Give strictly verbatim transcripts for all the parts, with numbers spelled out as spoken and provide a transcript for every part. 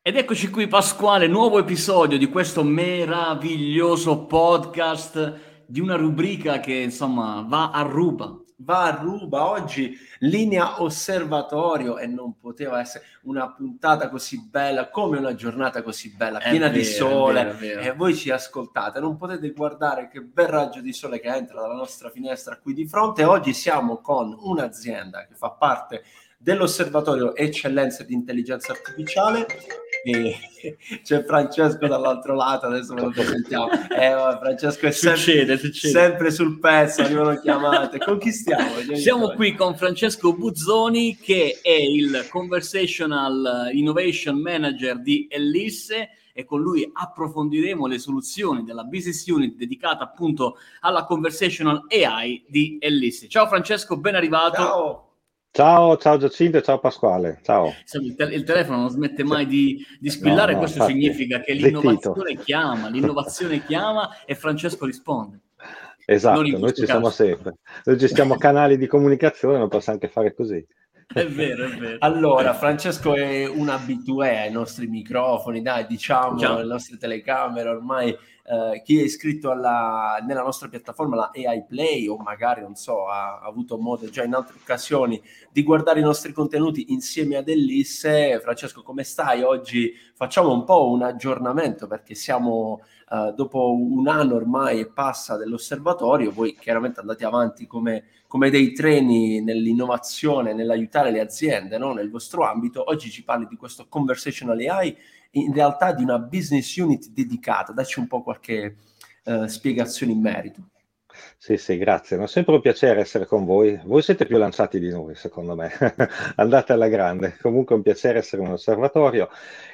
Ed eccoci qui, Pasquale, nuovo episodio di questo meraviglioso podcast di una rubrica che insomma va a ruba. Va a ruba, oggi linea osservatorio, e non poteva essere una puntata così bella, come una giornata così bella, È piena vero, di sole, è vero, è vero. e voi ci ascoltate, non potete guardare che bel raggio di sole che entra dalla nostra finestra qui di fronte. Oggi siamo con un'azienda che fa parte dell'Osservatorio Eccellenze di Intelligenza Artificiale, e c'è Francesco dall'altro lato, adesso ve lo presentiamo. Eh, Francesco è sempre, succede, succede. sempre sul pezzo, arrivano chiamate. Con chi stiamo? Siamo qui con Francesco Buzzoni, che è il Conversational Innovation Manager di Ellisse, e con lui approfondiremo le soluzioni della business unit dedicata appunto alla Conversational A I di Ellisse. Ciao Francesco, ben arrivato. Ciao. Ciao, ciao Giacinto e ciao Pasquale, ciao. Il, te- il telefono non smette mai di, di squillare, No, no, questo infatti, significa che zittito. l'innovazione chiama, l'innovazione chiama e Francesco risponde. Esatto, Non in noi questo ci siamo caso. sempre. Noi gestiamo canali di comunicazione, ma possiamo anche fare così. È vero, è vero. Allora, Francesco è un abitué ai nostri microfoni, dai, diciamo, Già. alle nostre telecamere, ormai eh, chi è iscritto alla, nella nostra piattaforma, la A I Play, o magari, non so, ha, ha avuto modo già in altre occasioni di guardare i nostri contenuti insieme ad Ellisse. Francesco, come stai? Oggi facciamo un po' un aggiornamento, perché siamo uh, dopo un anno ormai e passa dell'osservatorio, voi chiaramente andate avanti come, come dei treni nell'innovazione, nell'aiutare le aziende, no? Nel vostro ambito. Oggi ci parli di questo Conversational A I, in realtà di una business unit dedicata. Dacci un po' qualche uh, spiegazione in merito. Sì, sì, grazie. È sempre un piacere essere con voi. Voi siete più lanciati di noi, secondo me. Andate alla grande. Comunque è un piacere essere in un osservatorio,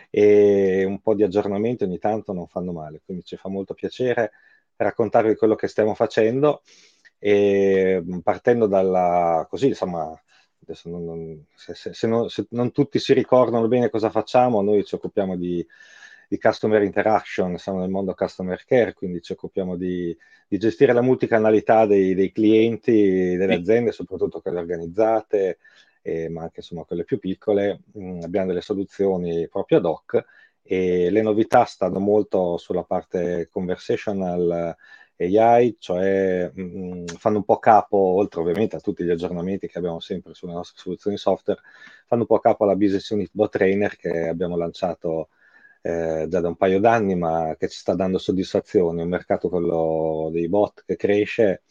e un po' di aggiornamenti ogni tanto non fanno male. Quindi ci fa molto piacere raccontarvi quello che stiamo facendo, e partendo dalla, così insomma, adesso non, non, se, se, se, non, se non tutti si ricordano bene cosa facciamo, noi ci occupiamo di, di customer interaction, siamo nel mondo customer care, quindi ci occupiamo di, di gestire la multicanalità dei, dei clienti, delle aziende, soprattutto quelle organizzate, eh, ma anche insomma quelle più piccole. Mm, abbiamo delle soluzioni proprio ad hoc, e le novità stanno molto sulla parte conversational A I, cioè mh, fanno un po' capo, oltre ovviamente a tutti gli aggiornamenti che abbiamo sempre sulle nostre soluzioni software, fanno un po' capo alla business unit Bot Trainer, che abbiamo lanciato eh, già da un paio d'anni, ma che ci sta dando soddisfazione. Un mercato, quello dei bot, che cresce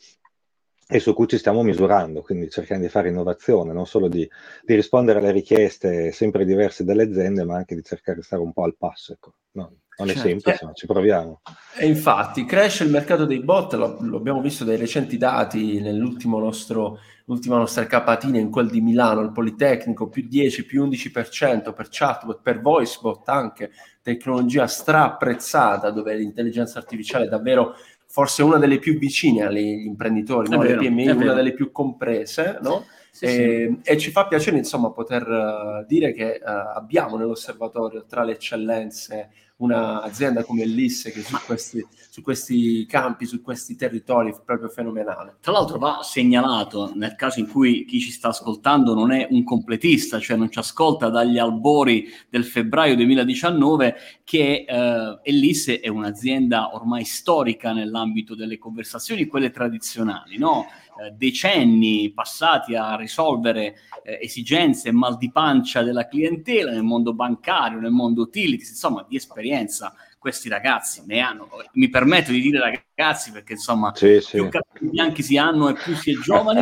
e su cui ci stiamo misurando, quindi cercando di fare innovazione, non solo di, di rispondere alle richieste sempre diverse delle aziende, ma anche di cercare di stare un po' al passo. Ecco. No, non Certo. è semplice, ma ci proviamo. E infatti cresce il mercato dei bot, lo, lo abbiamo visto dai recenti dati, nell'ultimo nostro, l'ultima nostra capatina in quel di Milano, il Politecnico, più dieci, più undici per cento per chatbot, per voice bot anche, tecnologia stra-apprezzata, dove l'intelligenza artificiale è davvero forse una delle più vicine agli imprenditori, no? Vero, le P M I, una delle più comprese, no? Sì, e, sì. e ci fa piacere insomma poter uh, dire che uh, abbiamo nell'osservatorio, tra le eccellenze, un'azienda come Ellisse che su questi, su questi campi, su questi territori è proprio fenomenale. Tra l'altro va segnalato, nel caso in cui chi ci sta ascoltando non è un completista, cioè non ci ascolta dagli albori del febbraio duemiladiciannove, che eh, Ellisse è un'azienda ormai storica nell'ambito delle conversazioni, quelle tradizionali, no? Eh, decenni passati a risolvere eh, esigenze e mal di pancia della clientela nel mondo bancario, nel mondo utilities, insomma di esperienza questi ragazzi ne hanno. Mi permetto di dire ragazzi perché insomma sì, sì. più capelli bianchi si hanno e più si è giovani.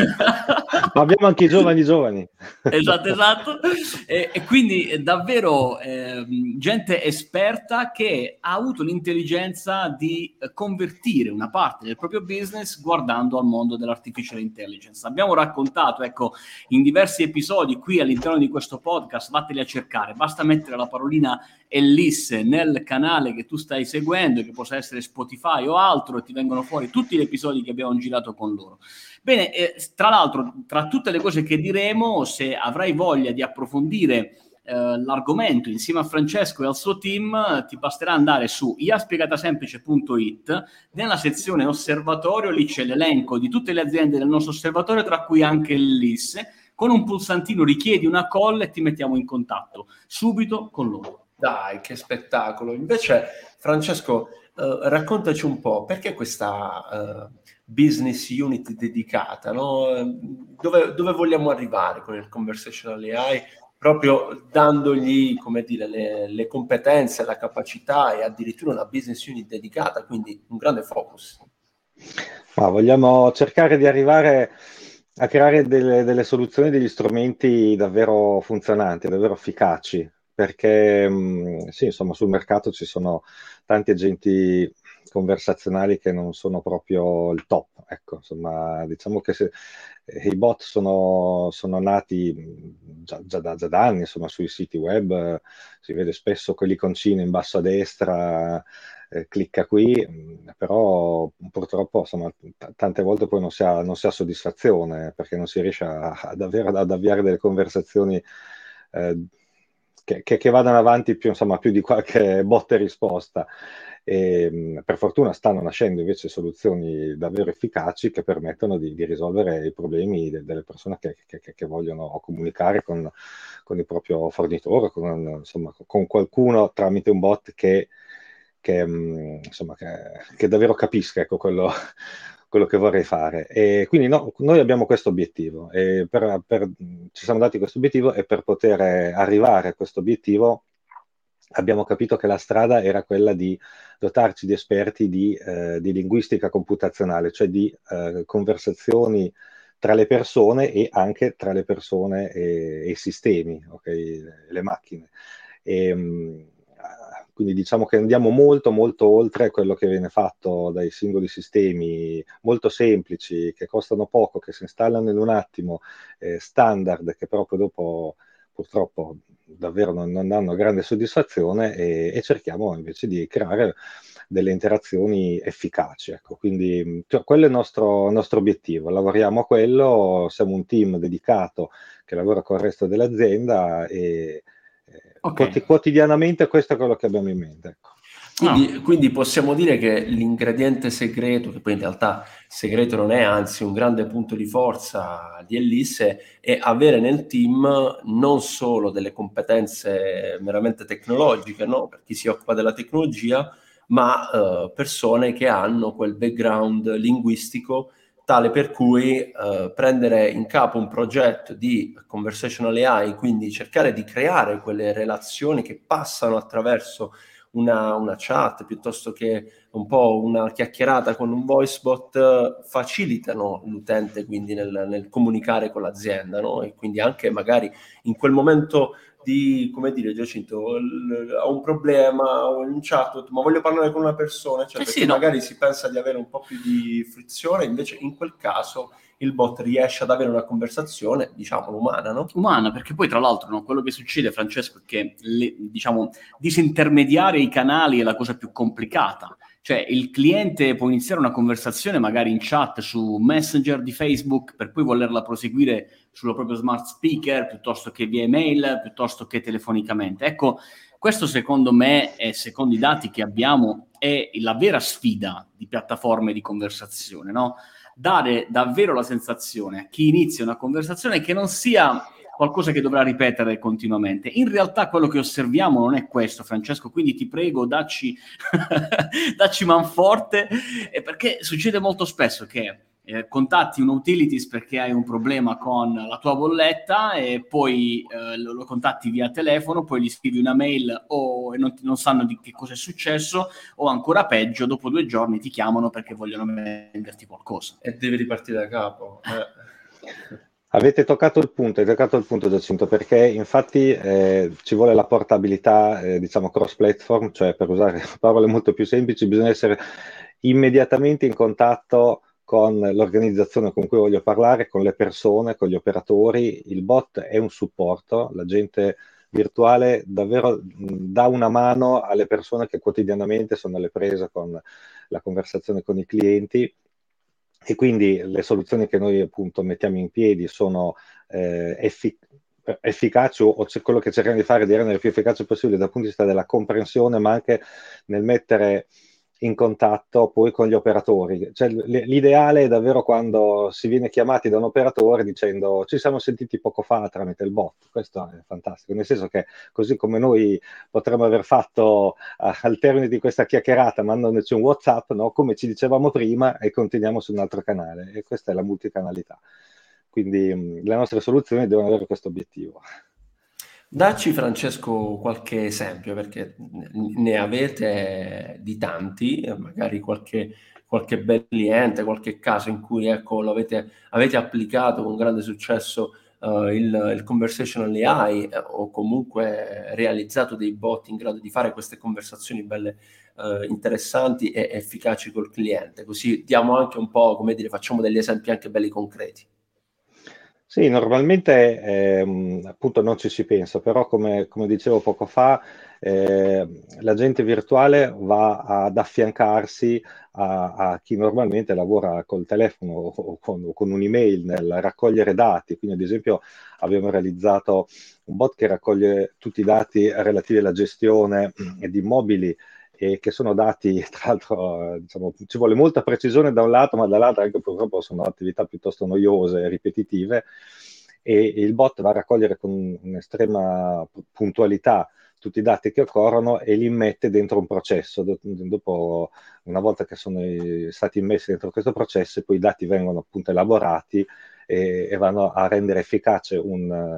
Ma abbiamo anche i giovani giovani. Esatto, esatto. E, e quindi è davvero eh, gente esperta che ha avuto l'intelligenza di convertire una parte del proprio business guardando al mondo dell'artificial intelligence. Abbiamo raccontato, ecco, in diversi episodi qui all'interno di questo podcast, vatteli a cercare, basta mettere la parolina Ellisse nel canale che tu stai seguendo, che possa essere Spotify o altro, e ti vengono fuori tutti gli episodi che abbiamo girato con loro. Bene, eh, tra l'altro, tra tutte le cose che diremo, se avrai voglia di approfondire eh, l'argomento insieme a Francesco e al suo team, ti basterà andare su i a spiegata semplice punto it, nella sezione osservatorio, lì c'è l'elenco di tutte le aziende del nostro osservatorio, tra cui anche l'Ellisse. Con un pulsantino richiedi una call e ti mettiamo in contatto subito con loro. dai, che spettacolo. Invece, Francesco, eh, raccontaci un po', perché questa eh, business unit dedicata, no? Dove, dove vogliamo arrivare con il Conversational A I? Proprio dandogli, come dire, le, le competenze, la capacità e addirittura una business unit dedicata, quindi un grande focus. Ma vogliamo cercare di arrivare a creare delle, delle soluzioni, degli strumenti davvero funzionanti, davvero efficaci, perché mh, sì, insomma, sul mercato ci sono tanti agenti conversazionali che non sono proprio il top. Ecco, insomma, diciamo che se, eh, i bot sono, sono nati mh, già, già da, già da anni, insomma, sui siti web, eh, si vede spesso quell'iconcino in basso a destra, eh, clicca qui, mh, però purtroppo insomma, t- tante volte poi non si ha, non si ha soddisfazione perché non si riesce a- ad, avere, ad avviare delle conversazioni eh, che, che- che vadano avanti più, insomma, più di qualche botta e risposta. E, mh, per fortuna stanno nascendo invece soluzioni davvero efficaci che permettono di, di risolvere i problemi de- delle persone che, che- che- che vogliono comunicare con, con il proprio fornitore, con, insomma, con qualcuno tramite un bot che, che, mh, insomma, che, che davvero capisca, ecco, quello, quello che vorrei fare. E quindi no, noi abbiamo questo obiettivo e per, per- ci siamo dati questo obiettivo e per poter arrivare a questo obiettivo abbiamo capito che la strada era quella di dotarci di esperti di, eh, di linguistica computazionale, cioè di eh, conversazioni tra le persone e anche tra le persone e, e i sistemi, okay? Le macchine. E, mh, quindi diciamo che andiamo molto molto oltre quello che viene fatto dai singoli sistemi molto semplici, che costano poco, che si installano in un attimo, eh, standard, che però poi dopo purtroppo davvero non, non danno grande soddisfazione e, e cerchiamo invece di creare delle interazioni efficaci. Ecco. Quindi cioè, quello è il nostro, il nostro obiettivo, lavoriamo a quello, siamo un team dedicato che lavora con il resto dell'azienda e Ok. quotidianamente questo è quello che abbiamo in mente. Ecco. Quindi, quindi possiamo dire che l'ingrediente segreto, che poi in realtà segreto non è, anzi un grande punto di forza di Ellisse, è avere nel team non solo delle competenze meramente tecnologiche, no? Per chi si occupa della tecnologia, ma eh, persone che hanno quel background linguistico tale per cui eh, prendere in capo un progetto di conversational A I, quindi cercare di creare quelle relazioni che passano attraverso una, una chat piuttosto che un po' una chiacchierata con un voice bot, eh, facilitano l'utente quindi nel, nel comunicare con l'azienda, no? E quindi anche magari in quel momento di, come dire, Giacinto, l- ho un problema, ho un chatbot, ma voglio parlare con una persona, cioè Eh perché sì, no. magari si pensa di avere un po' più di frizione, invece in quel caso il bot riesce ad avere una conversazione, diciamo, umana, no? Umana, perché poi tra l'altro no, quello che succede, Francesco, è che le- diciamo, disintermediare i canali è la cosa più complicata. Cioè il cliente può iniziare una conversazione magari in chat su Messenger di Facebook per poi volerla proseguire sullo proprio smart speaker piuttosto che via email, piuttosto che telefonicamente. Ecco, questo secondo me, e secondo i dati che abbiamo, è la vera sfida di piattaforme di conversazione, no? Dare davvero la sensazione a chi inizia una conversazione che non sia qualcosa che dovrà ripetere continuamente. In realtà quello che osserviamo non è questo, Francesco, quindi ti prego, dacci, dacci manforte, eh, perché succede molto spesso che eh, contatti un utilities perché hai un problema con la tua bolletta e poi eh, lo, lo contatti via telefono, poi gli scrivi una mail o, e non, non sanno di che cosa è successo, o ancora peggio, dopo due giorni ti chiamano perché vogliono venderti qualcosa. E devi ripartire da capo. Eh. Avete toccato il punto, hai toccato il punto Giacinto, perché infatti eh, ci vuole la portabilità, eh, diciamo cross-platform, cioè per usare parole molto più semplici, bisogna essere immediatamente in contatto con l'organizzazione con cui voglio parlare, con le persone, con gli operatori. Il bot è un supporto, l'agente virtuale davvero mh, dà una mano alle persone che quotidianamente sono alle prese con la conversazione con i clienti. E quindi le soluzioni che noi appunto mettiamo in piedi sono eh, effic- efficaci o, o quello che cerchiamo di fare è di rendere più efficace possibile dal punto di vista della comprensione, ma anche nel mettere in contatto poi con gli operatori. Cioè, l'ideale è davvero quando si viene chiamati da un operatore dicendo ci siamo sentiti poco fa tramite il bot. Questo è fantastico, nel senso che così come noi potremmo aver fatto uh, al termine di questa chiacchierata mandandoci un WhatsApp, no? Come ci dicevamo prima, e continuiamo su un altro canale, e questa è la multicanalità. Quindi mh, le nostre soluzioni devono avere questo obiettivo. Dacci, Francesco, qualche esempio, perché ne avete di tanti, magari qualche, qualche bel cliente, qualche caso in cui ecco, lo avete, avete applicato con grande successo uh, il, il conversational A I eh, o comunque realizzato dei bot in grado di fare queste conversazioni belle, uh, interessanti e efficaci col cliente. Così diamo anche un po', come dire, facciamo degli esempi anche belli concreti. Sì, normalmente ehm, appunto non ci si pensa, però come, come dicevo poco fa, eh, l'agente virtuale va ad affiancarsi a, a chi normalmente lavora col telefono o con, o con un'email nel raccogliere dati. Quindi, ad esempio, abbiamo realizzato un bot che raccoglie tutti i dati relativi alla gestione di immobili, e che sono dati, tra l'altro, diciamo, ci vuole molta precisione da un lato, ma dall'altro anche purtroppo sono attività piuttosto noiose e ripetitive, e il bot va a raccogliere con un'estrema puntualità tutti i dati che occorrono e li immette dentro un processo. Dopo, una volta che sono stati immessi dentro questo processo, poi i dati vengono appunto elaborati e, e vanno a rendere efficace un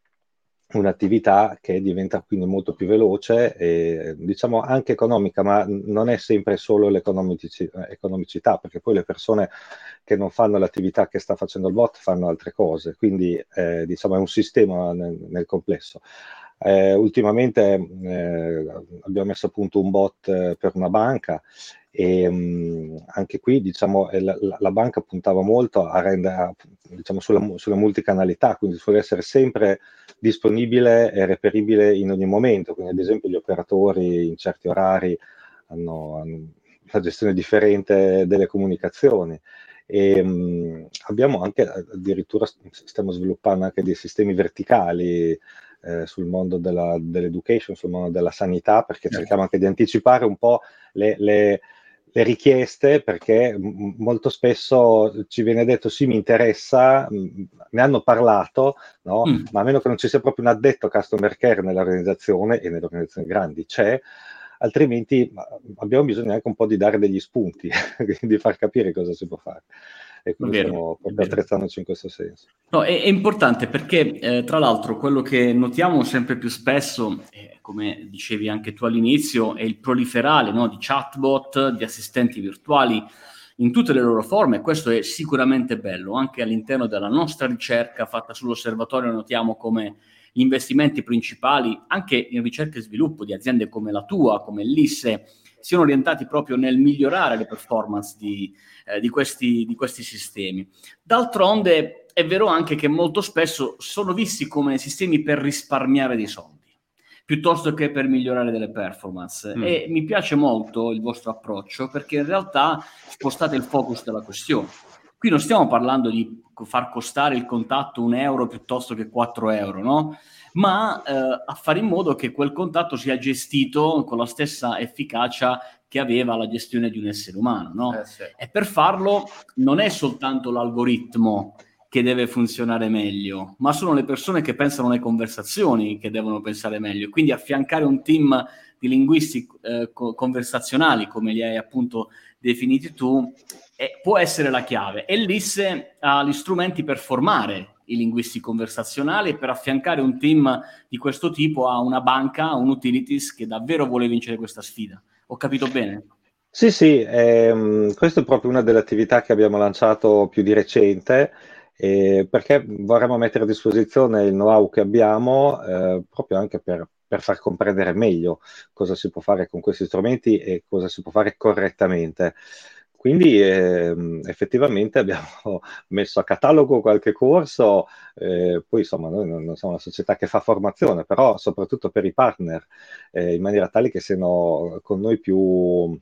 un'attività che diventa quindi molto più veloce e diciamo anche economica, ma non è sempre solo l'economicità, perché poi le persone che non fanno l'attività che sta facendo il bot fanno altre cose, quindi eh, diciamo è un sistema nel, nel complesso. Eh, ultimamente eh, abbiamo messo a punto un bot eh, per una banca e mh, anche qui diciamo la, la banca puntava molto a rendere diciamo sulla, sulla multicanalità, quindi sull'essere sempre disponibile e reperibile in ogni momento. Quindi ad esempio gli operatori in certi orari hanno, hanno una gestione differente delle comunicazioni. E mh, abbiamo anche addirittura stiamo sviluppando anche dei sistemi verticali eh, sul mondo della, dell'education, sul mondo della sanità, perché certo. cerchiamo anche di anticipare un po' le, le le richieste, perché m- molto spesso ci viene detto sì, mi interessa, m- ne hanno parlato, no? Mm. Ma a meno che non ci sia proprio un addetto customer care nell'organizzazione, e nelle organizzazioni grandi c'è, altrimenti abbiamo bisogno anche un po' di dare degli spunti, di far capire cosa si può fare. E quindi vero, stiamo proprio attrezzandoci in questo senso. No, è, è importante perché, eh, tra l'altro, quello che notiamo sempre più spesso, eh, come dicevi anche tu all'inizio, è il proliferare, no, di chatbot, di assistenti virtuali in tutte le loro forme. Questo è sicuramente bello. Anche all'interno della nostra ricerca fatta sull'osservatorio notiamo come gli investimenti principali, anche in ricerca e sviluppo di aziende come la tua, come l'I S E, siano orientati proprio nel migliorare le performance di, eh, di, questi, di questi sistemi. D'altronde è vero anche che molto spesso sono visti come sistemi per risparmiare dei soldi, piuttosto che per migliorare delle performance. Mm. E mi piace molto il vostro approccio, perché in realtà spostate il focus della questione. Qui non stiamo parlando di far costare il contatto un euro piuttosto che quattro euro, no? Ma eh, a fare in modo che quel contatto sia gestito con la stessa efficacia che aveva la gestione di un essere umano, no? Eh sì. E per farlo non è soltanto l'algoritmo che deve funzionare meglio, ma sono le persone che pensano alle conversazioni che devono pensare meglio. Quindi affiancare un team di linguisti eh, co- conversazionali, come li hai appunto definiti tu, eh, può essere la chiave. E l'I S E ha gli strumenti per formare i linguisti conversazionali e per affiancare un team di questo tipo a una banca, un utilities che davvero vuole vincere questa sfida. Ho capito bene? Sì, sì, ehm, questa è proprio una delle attività che abbiamo lanciato più di recente, eh, perché vorremmo mettere a disposizione il know-how che abbiamo, eh, proprio anche per, per far comprendere meglio cosa si può fare con questi strumenti e cosa si può fare correttamente. Quindi ehm, effettivamente abbiamo messo a catalogo qualche corso, eh, poi insomma noi non, non siamo una società che fa formazione, però soprattutto per i partner, eh, in maniera tale che siano con noi più,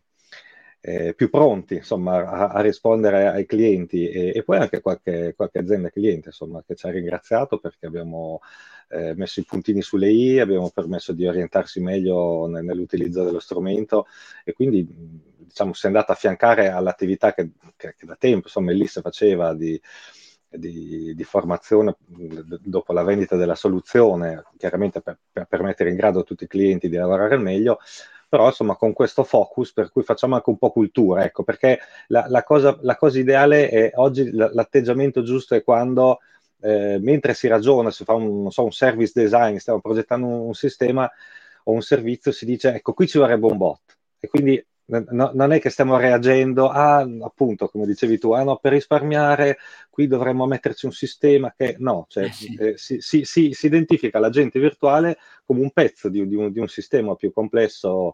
eh, più pronti insomma, a, a rispondere ai clienti, e, e poi anche qualche, qualche azienda cliente insomma, che ci ha ringraziato perché abbiamo eh, messo i puntini sulle i, abbiamo permesso di orientarsi meglio nell'utilizzo dello strumento, e quindi diciamo, si è andata a affiancare all'attività che, che, che da tempo, insomma, Ellis faceva di, di, di formazione d- dopo la vendita della soluzione, chiaramente per, per, per mettere in grado a tutti i clienti di lavorare al meglio, però insomma con questo focus per cui facciamo anche un po' cultura, ecco, perché la, la, cosa, la cosa ideale è oggi, l'atteggiamento giusto è quando eh, mentre si ragiona, si fa un, non so, un service design, stiamo progettando un, un sistema o un servizio, si dice ecco qui ci vorrebbe un bot, e quindi no, non è che stiamo reagendo a, appunto come dicevi tu, ah no, per risparmiare qui dovremmo metterci un sistema che no, cioè Eh sì. eh, si, si, si, si identifica l'agente virtuale come un pezzo di, di, un, di un sistema più complesso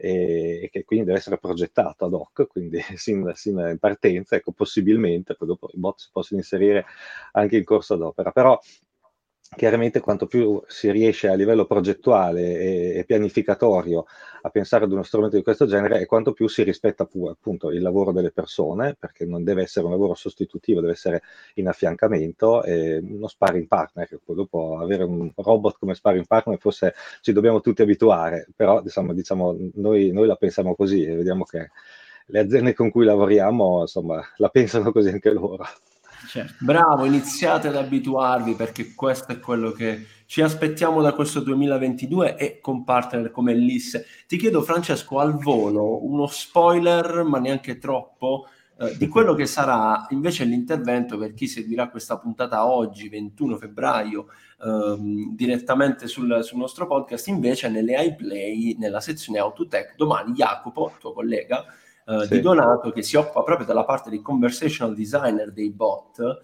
e, e che quindi deve essere progettato ad hoc, quindi sin, sin in partenza, ecco, possibilmente, poi dopo i bot si possono inserire anche in corso d'opera, però chiaramente quanto più si riesce a livello progettuale e, e pianificatorio a pensare ad uno strumento di questo genere, e quanto più si rispetta pu- appunto il lavoro delle persone, perché non deve essere un lavoro sostitutivo, deve essere in affiancamento, e uno sparring partner. Poi dopo avere un robot come sparring partner forse ci dobbiamo tutti abituare, però diciamo, diciamo noi, noi la pensiamo così e vediamo che le aziende con cui lavoriamo insomma la pensano così anche loro. Certo. Bravo, iniziate ad abituarvi, perché questo è quello che ci aspettiamo da questo duemilaventidue e con partner come Ellis. Ti chiedo, Francesco, al volo uno spoiler, ma neanche troppo, eh, di quello che sarà invece l'intervento per chi seguirà questa puntata oggi, ventuno febbraio, ehm, direttamente sul, sul nostro podcast, invece nelle iPlay, nella sezione Autotech. Domani Jacopo, tuo collega, Uh, Sì. di Donato, che si occupa proprio della parte di conversational designer dei bot,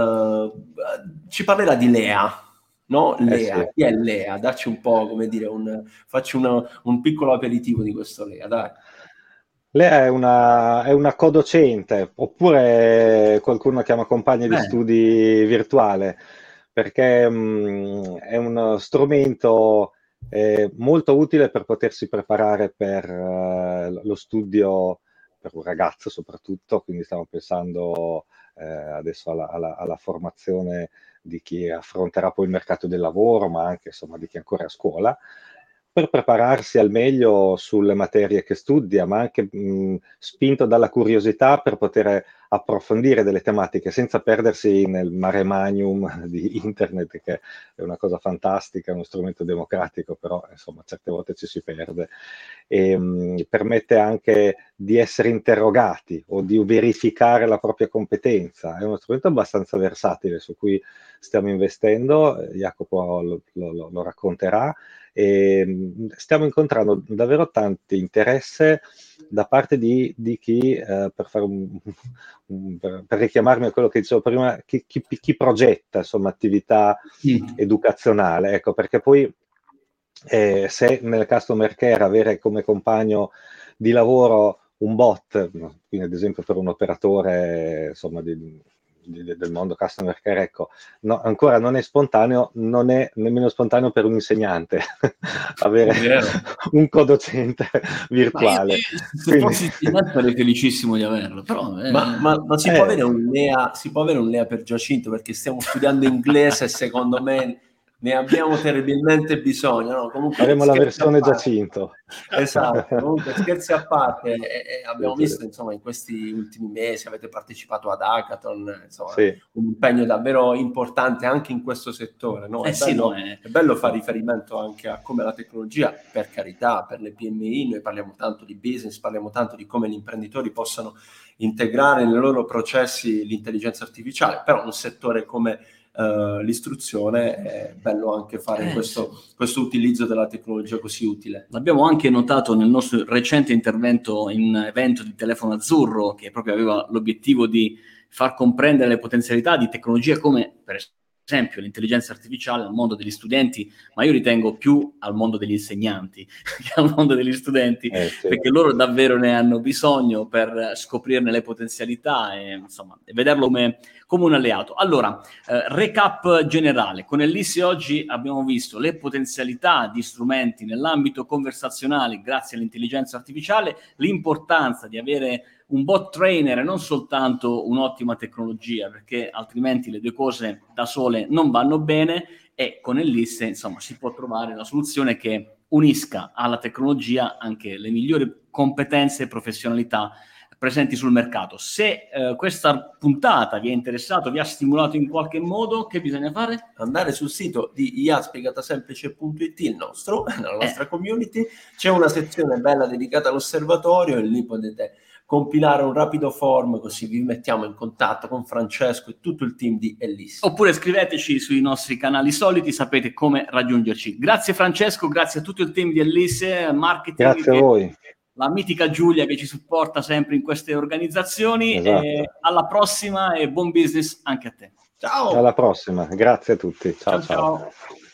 uh, ci parlerà di Lea, no? Lea, Eh sì. chi è Lea? Darci un po', come dire, un, facci una, un piccolo aperitivo di questo Lea, dai. Lei è una, è una codocente, oppure qualcuno chiama compagna di Beh, studi virtuale, perché mh, è uno strumento eh, molto utile per potersi preparare per eh, lo studio, per un ragazzo soprattutto, quindi stiamo pensando eh, adesso alla, alla- alla formazione di chi affronterà poi il mercato del lavoro, ma anche insomma di chi è ancora a scuola, per prepararsi al meglio sulle materie che studia, ma anche mh, spinto dalla curiosità per poter approfondire delle tematiche senza perdersi nel mare magnum di internet, che è una cosa fantastica, è uno strumento democratico, però insomma certe volte ci si perde. E, mh, permette anche di essere interrogati o di verificare la propria competenza. È uno strumento abbastanza versatile su cui stiamo investendo, Jacopo lo, lo, lo racconterà, e stiamo incontrando davvero tanto interesse da parte di, di chi, eh, per, fare un, un, per, per richiamarmi a quello che dicevo prima, chi, chi, chi progetta insomma attività Mm. educazionale, ecco, perché poi eh, se nel customer care avere come compagno di lavoro un bot, quindi ad esempio per un operatore insomma di, di, del mondo customer care, ecco, no, ancora non è spontaneo, non è nemmeno spontaneo per un insegnante avere un codocente Ma io, virtuale. io, se Quindi, fossi insegnante sarei felicissimo di averlo, però eh, ma, ma, ma si, può eh, avere un Lea, si può avere un Lea per Giacinto, perché stiamo studiando inglese e secondo me ne abbiamo terribilmente bisogno, no? Comunque faremo la scherzi a versione parte. Giacinto. Esatto, comunque scherzi a parte, e, e abbiamo Sì, sì. visto insomma in questi ultimi mesi avete partecipato ad Hackathon, insomma Sì. un impegno davvero importante anche in questo settore, no? È eh sì, no, bello, è, è bello fare riferimento anche a come la tecnologia, per carità, per le P M I, noi parliamo tanto di business, parliamo tanto di come gli imprenditori possano integrare nei loro processi l'intelligenza artificiale, però un settore come Uh, l'istruzione è bello anche fare eh, questo, sì. questo utilizzo della tecnologia così utile. L'abbiamo anche notato nel nostro recente intervento in evento di Telefono Azzurro, che proprio aveva l'obiettivo di far comprendere le potenzialità di tecnologie come, per esempio, l'intelligenza artificiale al mondo degli studenti, ma io ritengo più al mondo degli insegnanti che al mondo degli studenti, Eh, sì. perché loro davvero ne hanno bisogno per scoprirne le potenzialità e, insomma, vederlo come, come un alleato. Allora, eh, recap generale. Con Ellis oggi abbiamo visto le potenzialità di strumenti nell'ambito conversazionale grazie all'intelligenza artificiale, l'importanza di avere un bot trainer e non soltanto un'ottima tecnologia, perché altrimenti le due cose da sole non vanno bene, e con Ellis insomma si può trovare la soluzione che unisca alla tecnologia anche le migliori competenze e professionalità presenti sul mercato. Se eh, questa puntata vi è interessato, vi ha stimolato in qualche modo, che bisogna fare? Andare sul sito di i a spiegata semplice punto it, il nostro, nella nostra eh. community, c'è una sezione bella dedicata all'osservatorio e lì potete compilare un rapido form, così vi mettiamo in contatto con Francesco e tutto il team di Ellisse. Oppure scriveteci sui nostri canali soliti, sapete come raggiungerci. Grazie Francesco, grazie a tutto il team di Ellisse Marketing. Grazie a voi. La mitica Giulia che ci supporta sempre in queste organizzazioni. Esatto. E alla prossima e buon business anche a te. Ciao! Alla prossima, grazie a tutti. Ciao ciao. ciao. ciao.